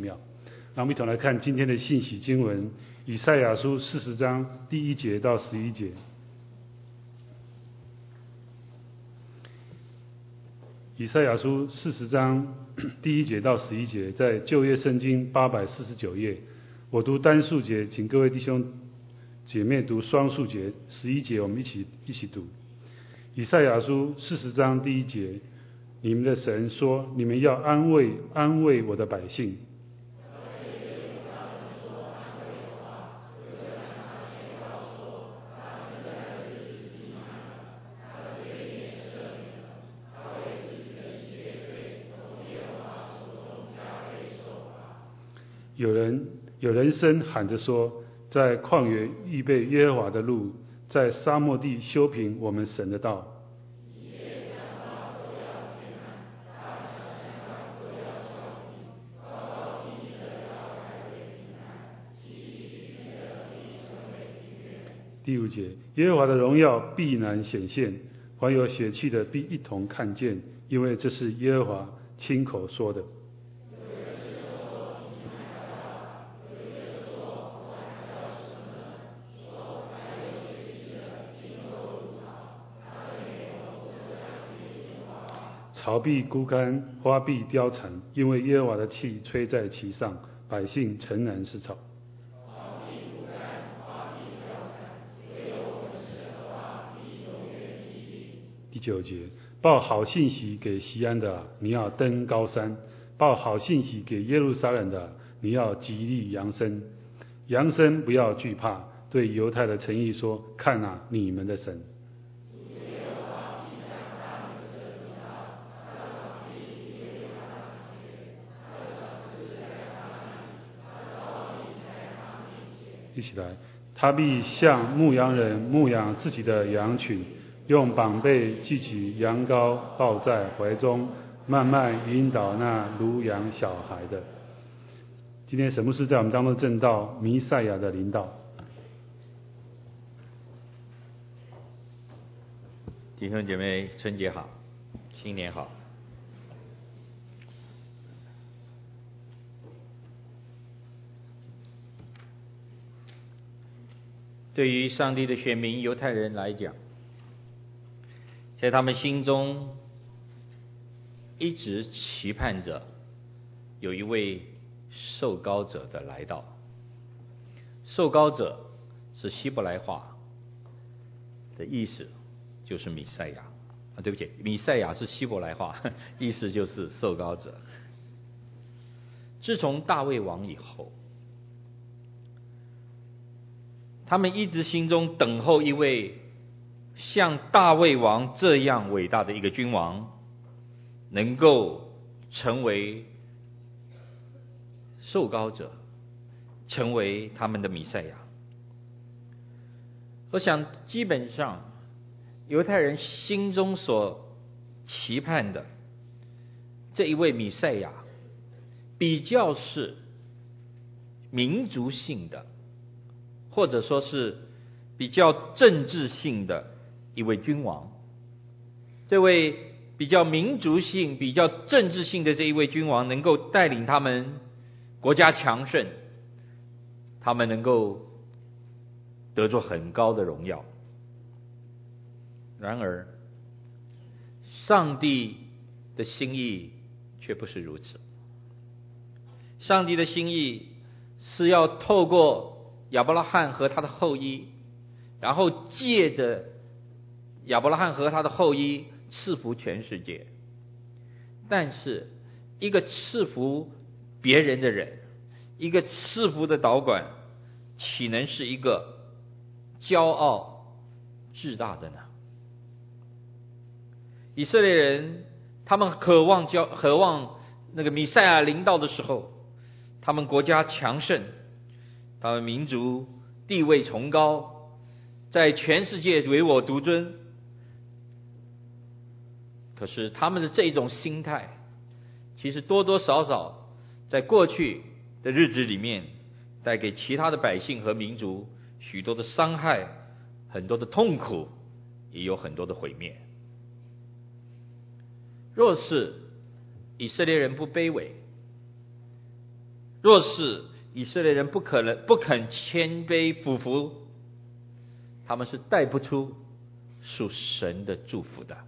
妙。让我们一同来看今天的信息经文，以赛亚书40章第1节到11节。以赛亚书40章第1节到11节，在旧约圣经849页。我读单数节，请各位弟兄姐妹读双数节。11节我们一起读。以赛亚书40章第1节，你们的神说：你们要安慰我的百姓。有人声喊着说，在旷野预备耶和华的路，在沙漠地修平我们神的道。第5节，耶和华的荣耀必然显现，凡有血气的必一同看见，因为这是耶和华亲口说的。草必枯干，花必凋残，因为耶和华的气吹在其上，百姓诚然是草。第9节，报好信息给西安的，你要登高山；报好信息给耶路撒冷的，你要极力扬声。扬声，不要惧怕，对犹太的诚意说：看啊，你们的神。一起来，他必像牧羊人牧养自己的羊群，用膀臂系起羊羔，抱在怀中，慢慢引导那乳养小孩的。今天沈牧师在我们当中证道弥赛亚的临到。 弟兄姐妹，春节好，新年好。对于上帝的选民犹太人来讲，在他们心中一直期盼着有一位受膏者的来到。受膏者是希伯来话的意思，就是弥赛亚对不起，弥赛亚是希伯来话，意思就是受膏者。自从大卫王以后，他们一直心中等候一位像大卫王这样伟大的一个君王，能够成为受膏者，成为他们的弥赛亚。我想基本上犹太人心中所期盼的这一位弥赛亚，比较是民族性的，或者说是比较政治性的一位君王。这位比较民族性、比较政治性的这一位君王，能够带领他们国家强盛，他们能够得着很高的荣耀。然而上帝的心意却不是如此。上帝的心意是要透过亚伯拉罕和他的后裔，然后借着亚伯拉罕和他的后裔赐福全世界。但是一个赐福别人的人，一个赐福的导管，岂能是一个骄傲自大的呢？以色列人他们渴望那个弥赛亚临到的时候，他们国家强盛，他们民族地位崇高，在全世界唯我独尊。可是他们的这种心态，其实多多少少在过去的日子里面，带给其他的百姓和民族许多的伤害，很多的痛苦，也有很多的毁灭。若是以色列人不卑微， 若是以色列人不肯谦卑俯伏，他们是带不出属神的祝福的。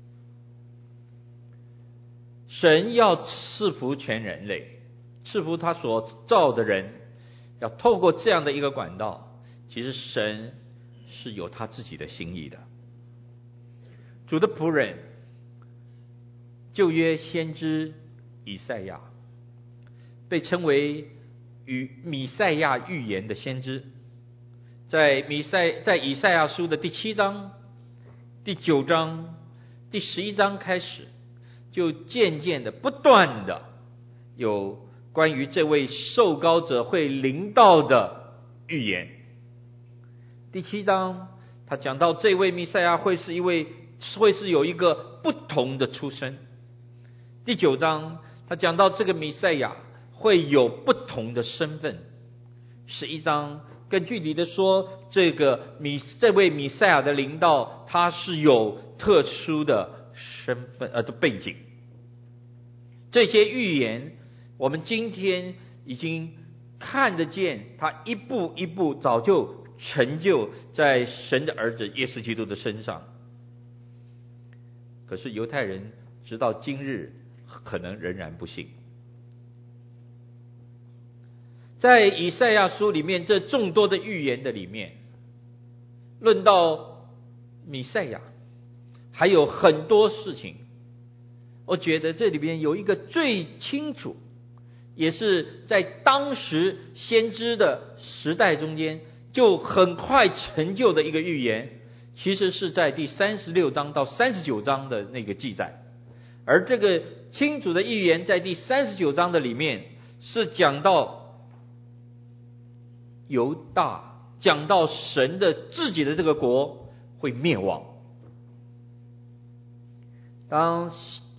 神要赐福全人类，赐福他所造的人，要透过这样的一个管道，其实神是有他自己的心意的。主的仆人，旧约先知以赛亚，被称为与弥赛亚预言的先知，在以赛亚书的第7章、第9章、第11章开始，就渐渐的不断的有关于这位受膏者会临到的预言。第7章他讲到这位弥赛亚会是有一个不同的出身。第9章他讲到这个弥赛亚会有不同的身份。11章更具体的说，这位弥赛亚的临到，他是有特殊的身份的背景。这些预言我们今天已经看得见，他一步一步早就成就在神的儿子耶稣基督的身上。可是犹太人直到今日可能仍然不信。在以赛亚书里面这众多的预言的里面，论到弥赛亚还有很多事情，我觉得这里边有一个最清楚，也是在当时先知的时代中间就很快成就的一个预言，其实是在第36章到39章的那个记载。而这个清楚的预言在第39章的里面是讲到犹大，讲到神的自己的这个国会灭亡。当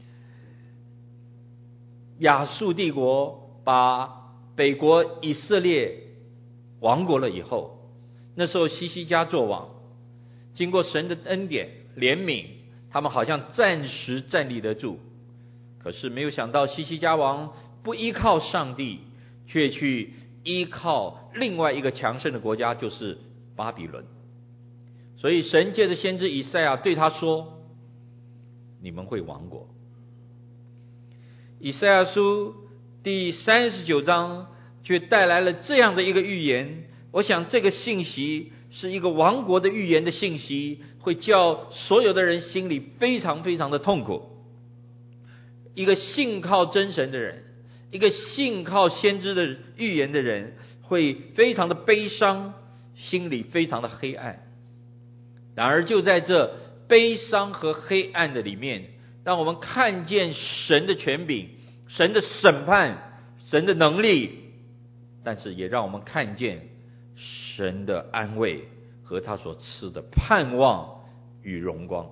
亚述帝国把北国以色列亡国了以后，那时候西西家作王，经过神的恩典怜悯，他们好像暂时站立得住。可是没有想到西西家王不依靠上帝，却去依靠另外一个强盛的国家，就是巴比伦。所以神借着先知以赛亚对他说，你们会亡国。以赛亚书第39章却带来了这样的一个预言。我想这个信息是一个亡国的预言的信息，会叫所有的人心里非常非常的痛苦。一个信靠真神的人，一个信靠先知的预言的人，会非常的悲伤，心里非常的黑暗。然而就在这悲伤和黑暗的里面，让我们看见神的权柄，神的审判，神的能力，但是也让我们看见神的安慰和他所赐的盼望与荣光。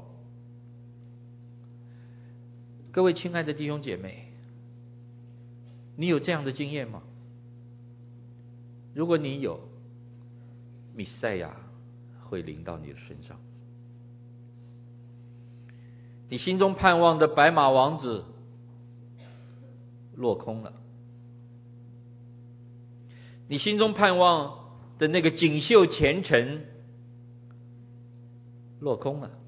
各位亲爱的弟兄姐妹，你有这样的经验吗？如果你有，弥赛亚会临到你的身上。你心中盼望的白马王子落空了，你心中盼望的那个锦绣前程落空了。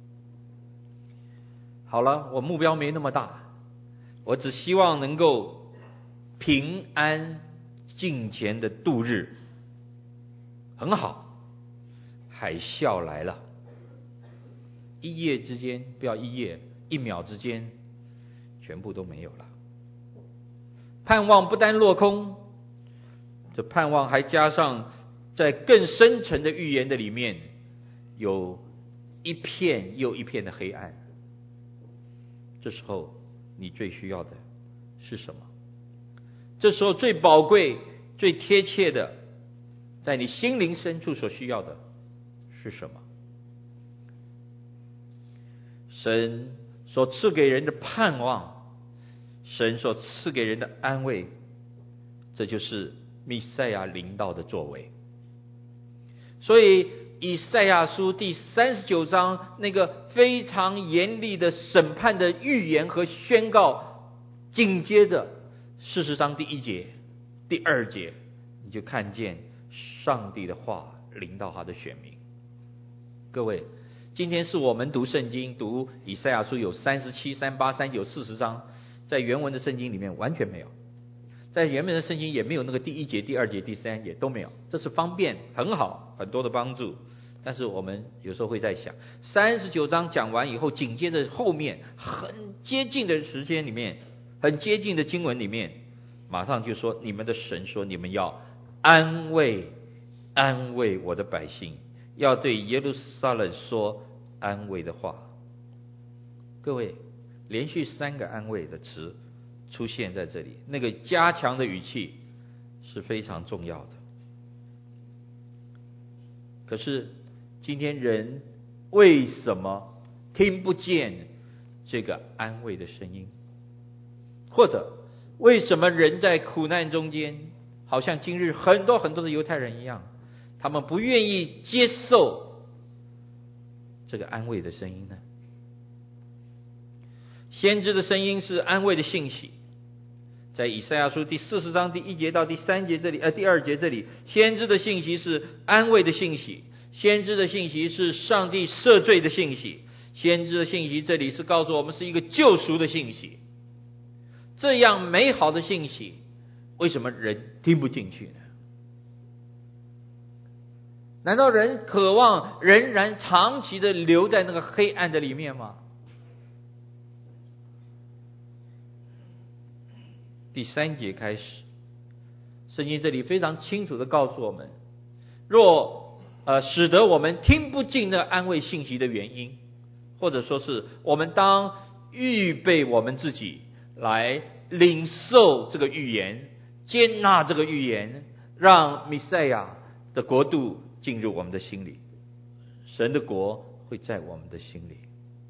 好了，我目标没那么大，我只希望能够平安敬虔的度日。很好，海啸来了，一夜之间，不要一夜，一秒之间全部都没有了。盼望不单落空，这盼望还加上在更深层的预言的里面，有一片又一片的黑暗。这时候你最需要的是什么？这时候最宝贵最贴切的，在你心灵深处所需要的是什么？神所赐给人的盼望，神所赐给人的安慰，这就是弥赛亚临到的作为。所以以赛亚书第39章那个非常严厉的审判的预言和宣告，紧接着40章第1节第2节，你就看见上帝的话临到他的选民。各位，今天是我们读圣经，读以赛亚书有37、38、39、40章，在原文的圣经里面完全没有，在原文的圣经也没有那个第1节、第2节、第3节都没有。这是方便，很好，很多的帮助。但是我们有时候会在想，39章讲完以后，紧接着后面很接近的时间里面，很接近的经文里面，马上就说你们的神说，你们要安慰我的百姓，要对耶路撒冷说安慰的话。各位，连续3个安慰的词出现在这里，那个加强的语气是非常重要的。可是今天人为什么听不见这个安慰的声音？或者为什么人在苦难中间，好像今日很多的犹太人一样，他们不愿意接受这个安慰的声音呢？先知的声音是安慰的信息，在以赛亚书第40章第1节到第3节这里，第2节这里，先知的信息是安慰的信息，先知的信息是上帝赦罪的信息，先知的信息这里是告诉我们是一个救赎的信息。这样美好的信息，为什么人听不进去呢？难道人渴望仍然长期的留在那个黑暗的里面吗？第3节开始，圣经这里非常清楚的告诉我们，若使得我们听不进那安慰信息的原因，或者说是我们当预备我们自己来领受这个预言，接纳这个预言，让弥赛亚的国度进入我们的心里，神的国会在我们的心里。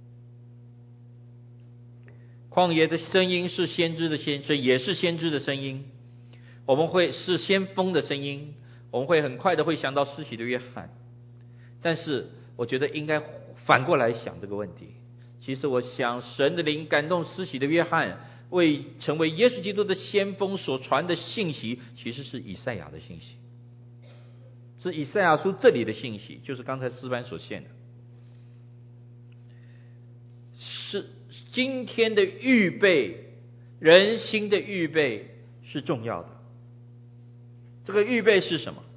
旷野的声音是先知的声音，也是先知的声音。我们会是先锋的声音，我们会很快的会想到施洗的约翰。但是我觉得应该反过来想这个问题。其实我想，神的灵感动施洗的约翰，为成为耶稣基督的先锋所传的信息，其实是以赛亚的信息，是以赛亚书这里的信息，就是刚才诗班所献的。是今天的预备，人心的预备是重要的。这个预备是什么？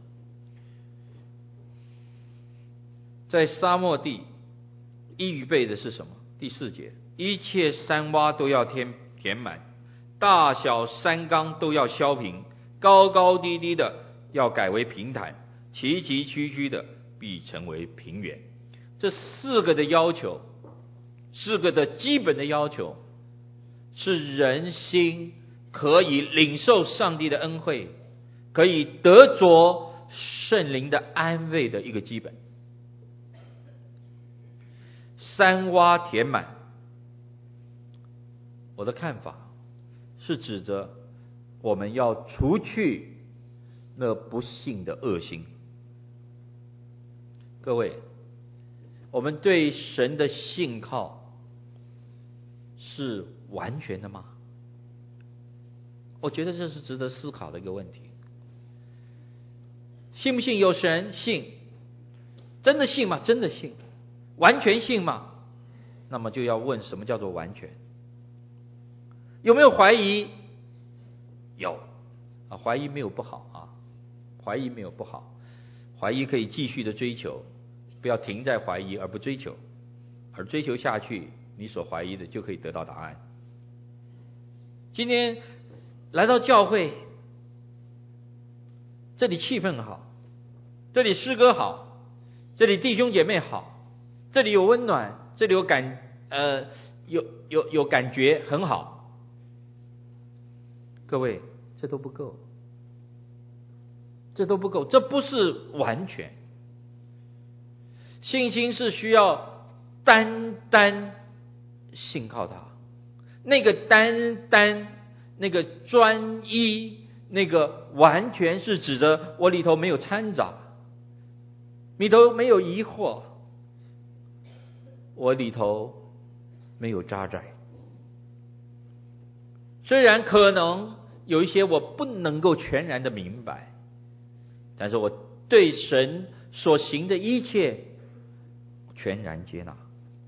在沙漠地预备的是什么？第4节，一切山洼都要填满，大小山冈都要削平，高高低低的要改为平坦，崎崎岖岖的必成为平原。这4个的要求，4个的基本的要求，是人心可以领受上帝的恩惠，可以得着圣灵的安慰的一个基本。山洼填满，我的看法是指着我们要除去那不幸的恶心。各位，我们对神的信靠是完全的吗？我觉得这是值得思考的一个问题。信不信有神？信。真的信吗？真的信。完全信吗？那么就要问，什么叫做完全？有没有怀疑？有怀疑没有不好啊，怀疑没有不好，怀疑可以继续的追求，不要停在怀疑而不追求，而追求下去，你所怀疑的就可以得到答案。今天来到教会，这里气氛好，这里诗歌好，这里弟兄姐妹好，这里有温暖，这里有感觉很好。各位，这都不够，这都不够，这不是完全。信心是需要单单信靠他，那个单单，那个专一，那个完全是指着我里头没有掺杂，里头没有疑惑，我里头没有扎寨。虽然可能有一些我不能够全然的明白，但是我对神所行的一切全然接纳。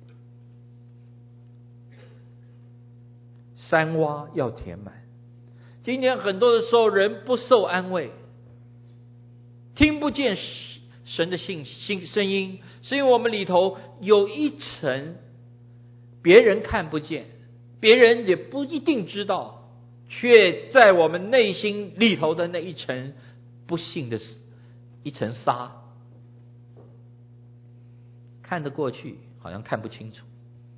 山洼要填满。今天很多的时候，人不受安慰，听不见神的声音，是因为我们里头有一层别人看不见，别人也不一定知道，却在我们内心里头的那一层不幸的一层纱，看得过去，好像看不清楚。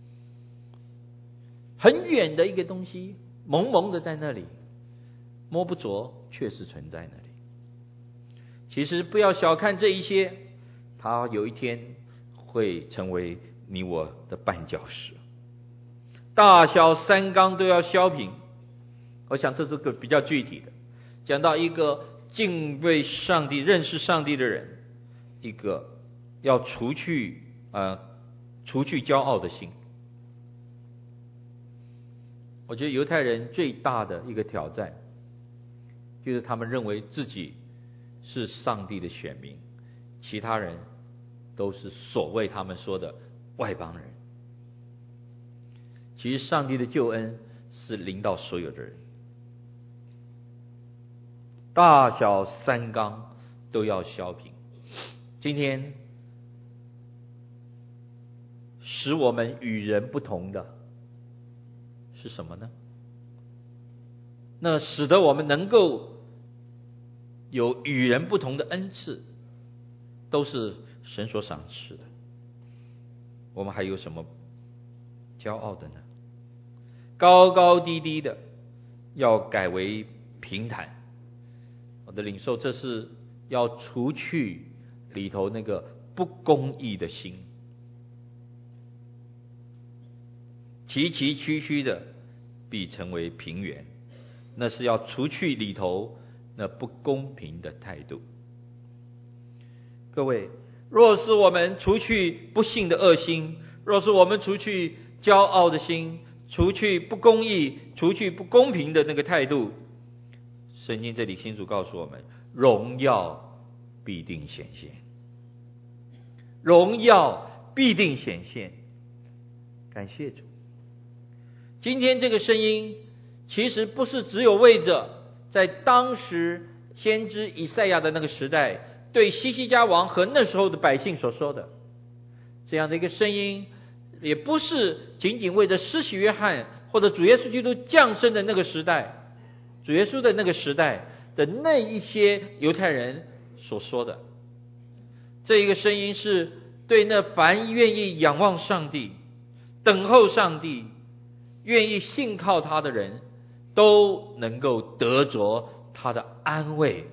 很远的一个东西，蒙蒙的在那里，摸不着，确实存在那里。其实不要小看这一些，它有一天会成为你我的绊脚石。大小三纲都要削平，我想这是个比较具体的，讲到一个敬畏上帝、认识上帝的人，一个要除去骄傲的心。我觉得犹太人最大的一个挑战，就是他们认为自己是上帝的选民，其他人都是所谓他们说的外邦人。其实上帝的救恩是临到所有的人，大小三纲都要削平。今天使我们与人不同的是什么呢？那使得我们能够有与人不同的恩赐，都是神所赏赐的。我们还有什么骄傲的呢？高高低低的要改为平坦。我的领受，这是要除去里头那个不公义的心，崎崎岖岖的必成为平原，那是要除去里头那不公平的态度。各位，若是我们除去不幸的恶心，若是我们除去骄傲的心，除去不公义，除去不公平的那个态度，圣经这里清楚告诉我们，荣耀必定显现，荣耀必定显现。感谢主。今天这个声音其实不是只有为着在当时先知以赛亚的那个时代对西西家王和那时候的百姓所说的，这样的一个声音，也不是仅仅为着施洗约翰或者主耶稣基督降生的那个时代，主耶稣的那个时代的那一些犹太人所说的。这一个声音是对那凡愿意仰望上帝、等候上帝、愿意信靠他的人，都能够得着他的安慰。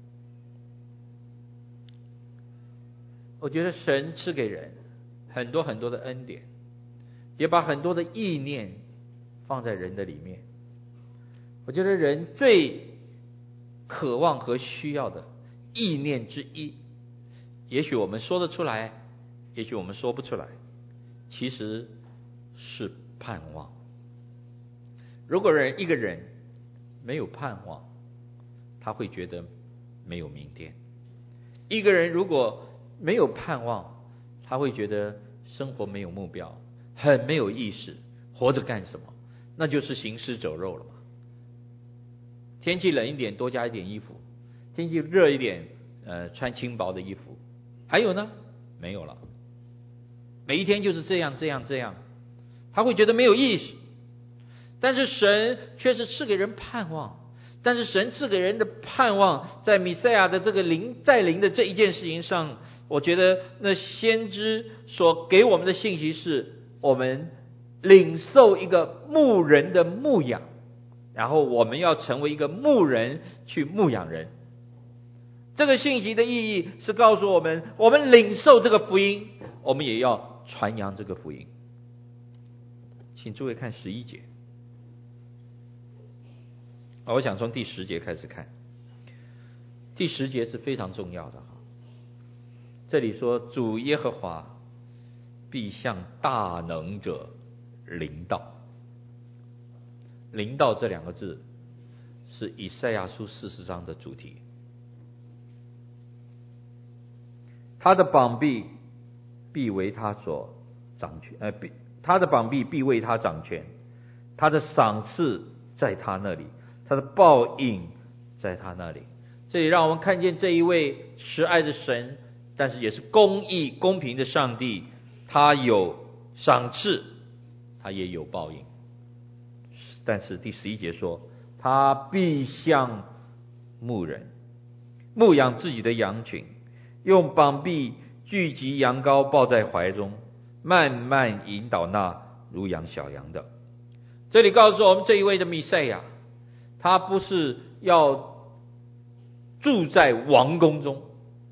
我觉得神赐给人很多很多的恩典，也把很多的意念放在人的里面。我觉得人最渴望和需要的意念之一，也许我们说得出来，也许我们说不出来，其实是盼望。如果一个人没有盼望，他会觉得没有明天。一个人如果没有盼望，他会觉得生活没有目标，很没有意识，活着干什么？那就是行尸走肉了嘛。天气冷一点，多加一点衣服；天气热一点，穿轻薄的衣服。还有呢？没有了。每一天就是这样，他会觉得没有意思。但是神却是赐给人盼望。但是神赐给人的盼望，在弥赛亚的这个再临的这一件事情上，我觉得那先知所给我们的信息是，我们领受一个牧人的牧养，然后我们要成为一个牧人去牧养人。这个信息的意义是告诉我们，我们领受这个福音，我们也要传扬这个福音。请诸位看11节。我想从第10节开始看。第10节是非常重要的。这里说，主耶和华必向大能者临到。临到这两个字是以赛亚书40章的主题。他的膀臂必为他所掌权，他的膀臂必为他掌权，他的赏赐在他那里，他的报应在他那里。这里让我们看见这一位慈爱的神，但是也是公义公平的上帝，他有赏赐，他也有报应。但是第11节说，他必像牧人牧养自己的羊群，用膀臂聚集羊羔，抱在怀中，慢慢引导那如养小羊的。这里告诉我们，这一位的弥赛亚，他不是要住在王宫中。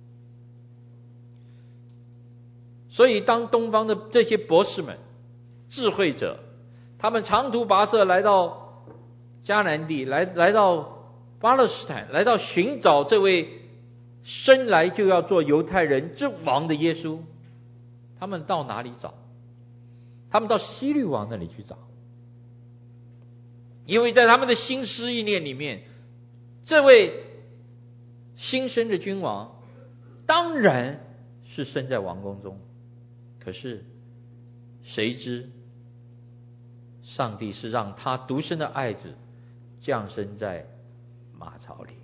所以当东方的这些博士们、智慧者，他们长途跋涉来到迦南地，来到巴勒斯坦，来到寻找这位生来就要做犹太人之王的耶稣，他们到哪里找？他们到希律王那里去找。因为在他们的心思意念里面，这位新生的君王当然是生在王宫中，可是谁知上帝是让他独生的爱子降生在马槽里。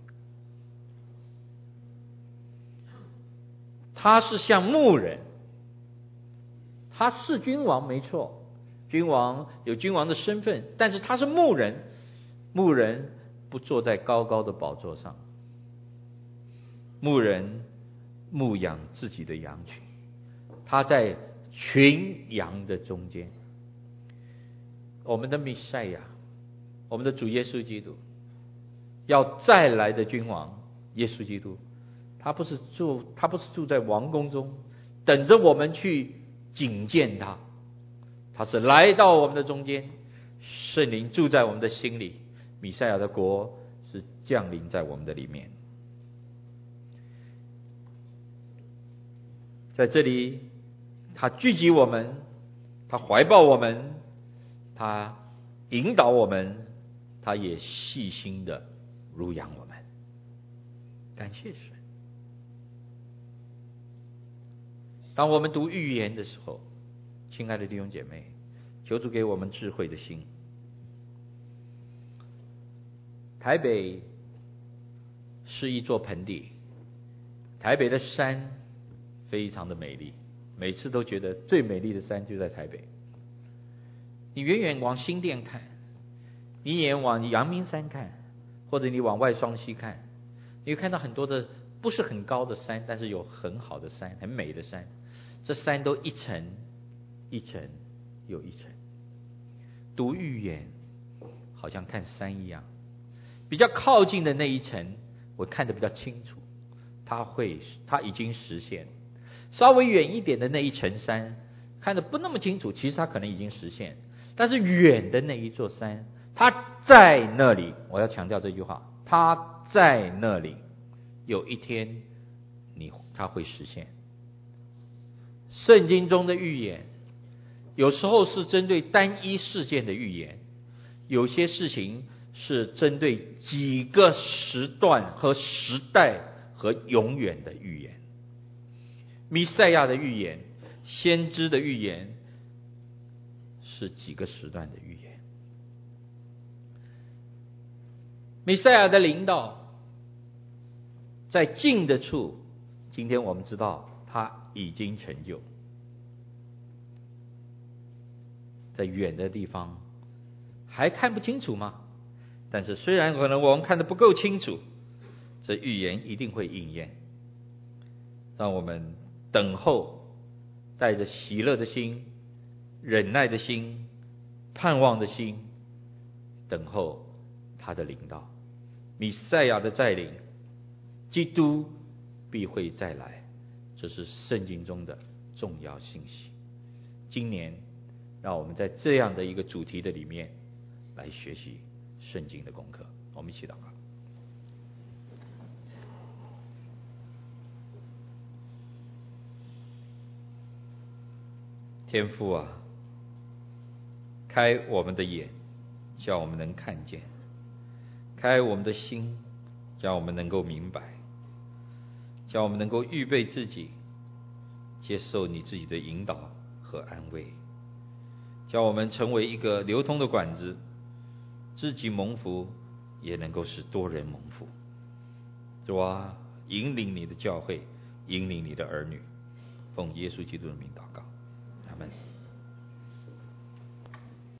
他是像牧人，他是君王没错，君王有君王的身份，但是他是牧人，牧人不坐在高高的宝座上，牧人牧养自己的羊群，他在群羊的中间。我们的弥赛亚，我们的主耶稣基督，要再来的君王耶稣基督，他不是住在王宫中等着我们去觐见他，他是来到我们的中间，圣灵住在我们的心里，弥赛亚的国是降临在我们的里面。在这里他聚集我们，他怀抱我们，他引导我们，他也细心的乳养我们。感谢神。当我们读预言的时候，亲爱的弟兄姐妹，求主给我们智慧的心。台北是一座盆地，台北的山非常的美丽，每次都觉得最美丽的山就在台北。你远远往新店看，你也往阳明山看，或者你往外双溪看，你会看到很多的不是很高的山，但是有很好的山，很美的山。这山都一层一层又一层。读预言好像看山一样，比较靠近的那一层我看得比较清楚，它已经实现。稍微远一点的那一层山看得不那么清楚，其实它可能已经实现。但是远的那一座山，它在那里，我要强调这句话，它在那里，有一天它会实现。圣经中的预言有时候是针对单一事件的预言，有些事情是针对几个时段和时代和永远的预言。弥赛亚的预言，先知的预言是几个时段的预言。弥赛亚的临到在近的处，今天我们知道他已经成就，在远的地方还看不清楚吗？但是虽然可能我们看得不够清楚，这预言一定会应验。让我们等候，带着喜乐的心、忍耐的心、盼望的心，等候他的临到。弥赛亚的再临，基督必会再来，这是圣经中的重要信息。今年让我们在这样的一个主题的里面来学习圣经的功课。我们一起祷告。天父啊，开我们的眼，叫我们能看见开我们的心，叫我们能够明白，叫我们能够预备自己，接受你自己的引导和安慰，叫我们成为一个流通的管子，自己蒙福，也能够使多人蒙福。主啊，引领你的教会，引领你的儿女，奉耶稣基督的名祷告，阿们。